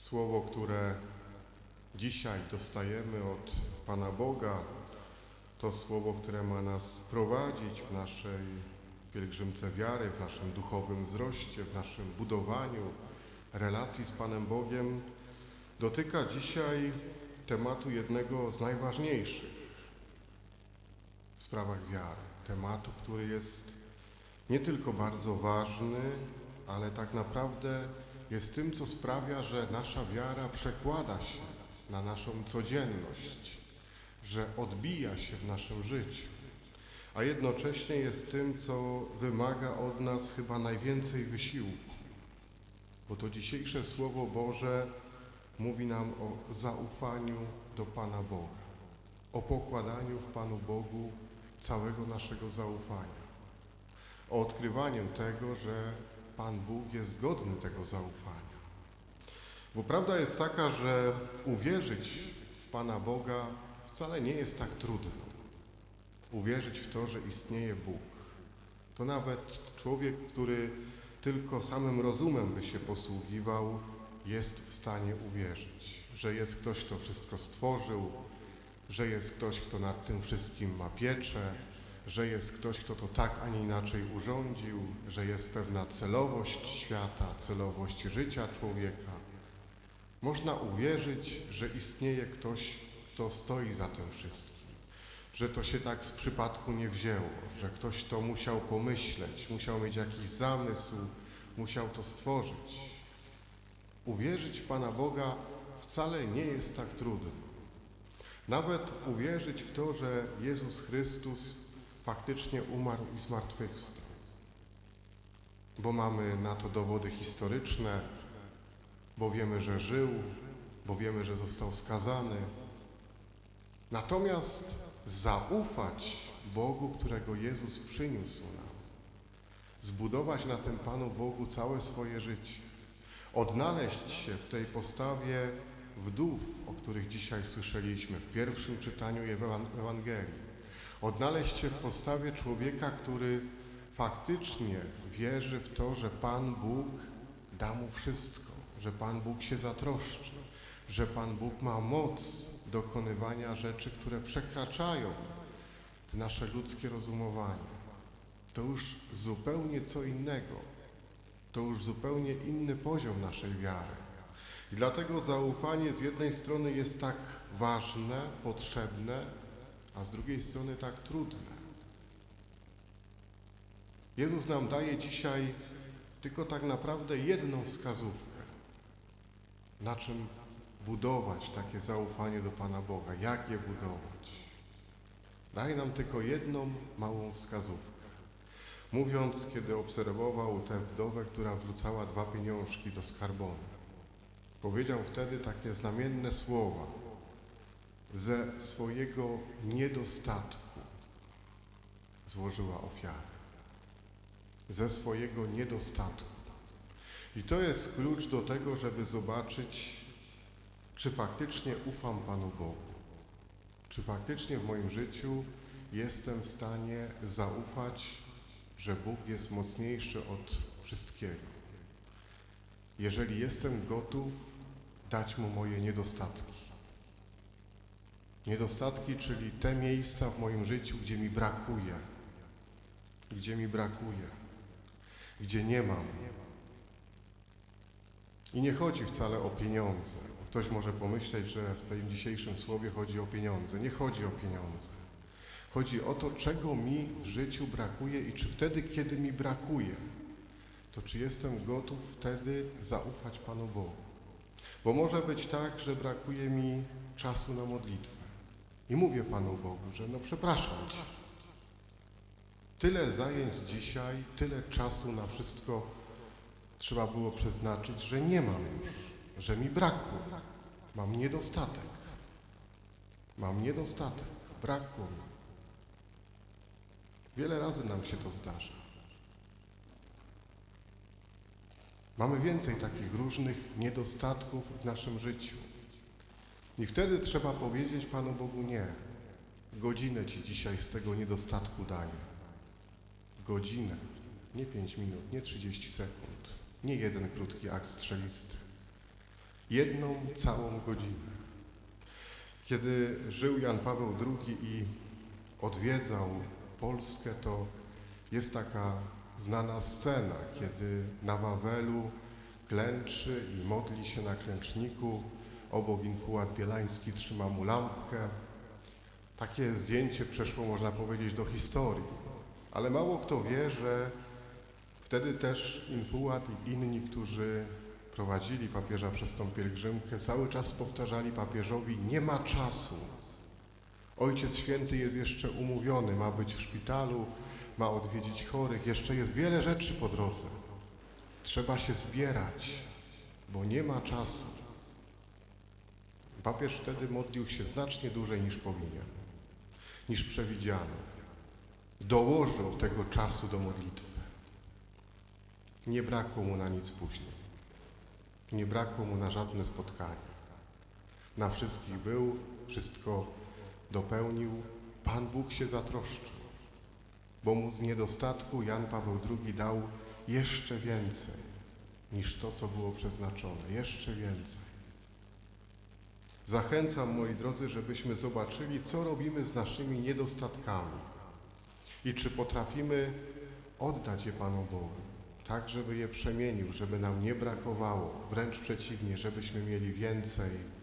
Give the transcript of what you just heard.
Słowo, które dzisiaj dostajemy od Pana Boga, to słowo, które ma nas prowadzić w naszej pielgrzymce wiary, w naszym duchowym wzroście, w naszym budowaniu relacji z Panem Bogiem, dotyka dzisiaj tematu jednego z najważniejszych w sprawach wiary. Tematu, który jest nie tylko bardzo ważny, ale tak naprawdę jest tym, co sprawia, że nasza wiara przekłada się na naszą codzienność, że odbija się w naszym życiu, a jednocześnie jest tym, co wymaga od nas chyba najwięcej wysiłku, bo to dzisiejsze Słowo Boże mówi nam o zaufaniu do Pana Boga, o pokładaniu w Panu Bogu całego naszego zaufania, o odkrywaniu tego, że Pan Bóg jest godny tego zaufania. Bo prawda jest taka, że uwierzyć w Pana Boga wcale nie jest tak trudno. Uwierzyć w to, że istnieje Bóg. To nawet człowiek, który tylko samym rozumem by się posługiwał, jest w stanie uwierzyć, że jest ktoś, kto wszystko stworzył, że jest ktoś, kto nad tym wszystkim ma pieczę, że jest ktoś, kto to tak, a nie inaczej urządził, że jest pewna celowość świata, celowość życia człowieka. Można uwierzyć, że istnieje ktoś, kto stoi za tym wszystkim, że to się tak z przypadku nie wzięło, że ktoś to musiał pomyśleć, musiał mieć jakiś zamysł, musiał to stworzyć. Uwierzyć w Pana Boga wcale nie jest tak trudno. Nawet uwierzyć w to, że Jezus Chrystus faktycznie umarł i zmartwychwstał. Bo mamy na to dowody historyczne, bo wiemy, że żył, bo wiemy, że został skazany. Natomiast zaufać Bogu, którego Jezus przyniósł nam, zbudować na tym Panu Bogu całe swoje życie, odnaleźć się w tej postawie wdów, o których dzisiaj słyszeliśmy w pierwszym czytaniu Ewangelii, odnaleźć się w postawie człowieka, który faktycznie wierzy w to, że Pan Bóg da mu wszystko, że Pan Bóg się zatroszczy, że Pan Bóg ma moc dokonywania rzeczy, które przekraczają nasze ludzkie rozumowanie. To już zupełnie co innego. To już zupełnie inny poziom naszej wiary. I dlatego zaufanie z jednej strony jest tak ważne, potrzebne, a z drugiej strony tak trudne. Jezus nam daje dzisiaj tylko tak naprawdę jedną wskazówkę, na czym budować takie zaufanie do Pana Boga, jak je budować. Daje nam tylko jedną małą wskazówkę. Mówiąc, kiedy obserwował tę wdowę, która wrzucała 2 pieniążki do skarbonu, powiedział wtedy takie znamienne słowa: ze swojego niedostatku złożyła ofiarę. Ze swojego niedostatku. I to jest klucz do tego, żeby zobaczyć, czy faktycznie ufam Panu Bogu. Czy faktycznie w moim życiu jestem w stanie zaufać, że Bóg jest mocniejszy od wszystkiego. Jeżeli jestem gotów dać Mu moje niedostatki. Niedostatki, czyli te miejsca w moim życiu, gdzie mi brakuje, gdzie nie mam. I nie chodzi wcale o pieniądze. Ktoś może pomyśleć, że w tym dzisiejszym słowie chodzi o pieniądze. Nie chodzi o pieniądze. Chodzi o to, czego mi w życiu brakuje i czy wtedy, kiedy mi brakuje, to czy jestem gotów wtedy zaufać Panu Bogu. Bo może być tak, że brakuje mi czasu na modlitwę. I mówię Panu Bogu, że przepraszam Cię. Tyle zajęć dzisiaj, tyle czasu na wszystko trzeba było przeznaczyć, że nie mam już, że mi brakło. Mam niedostatek, brakło mi. Wiele razy nam się to zdarza. Mamy więcej takich różnych niedostatków w naszym życiu. I wtedy trzeba powiedzieć Panu Bogu nie. Godzinę Ci dzisiaj z tego niedostatku daję. Godzinę, nie 5 minut, nie 30 sekund, nie jeden krótki akt strzelisty. Jedną całą godzinę. Kiedy żył Jan Paweł II i odwiedzał Polskę, to jest taka znana scena, kiedy na Wawelu klęczy i modli się na klęczniku, obok Infułat Bielański trzyma mu lampkę. Takie zdjęcie przeszło, można powiedzieć, do historii, ale mało kto wie, że wtedy też Infułat i inni, którzy prowadzili papieża przez tą pielgrzymkę, cały czas powtarzali papieżowi: nie ma czasu. Ojciec Święty jest jeszcze umówiony, ma być w szpitalu, ma odwiedzić chorych, jeszcze jest wiele rzeczy po drodze. Trzeba się zbierać, bo nie ma czasu. Papież wtedy modlił się znacznie dłużej niż powinien, niż przewidziano. Dołożył tego czasu do modlitwy. Nie brakło mu na nic później. Nie brakło mu na żadne spotkanie. Na wszystkich był, wszystko dopełnił. Pan Bóg się zatroszczył, bo mu z niedostatku Jan Paweł II dał jeszcze więcej niż to, co było przeznaczone. Jeszcze więcej. Zachęcam, moi drodzy, żebyśmy zobaczyli, co robimy z naszymi niedostatkami i czy potrafimy oddać je Panu Bogu, tak żeby je przemienił, żeby nam nie brakowało, wręcz przeciwnie, żebyśmy mieli więcej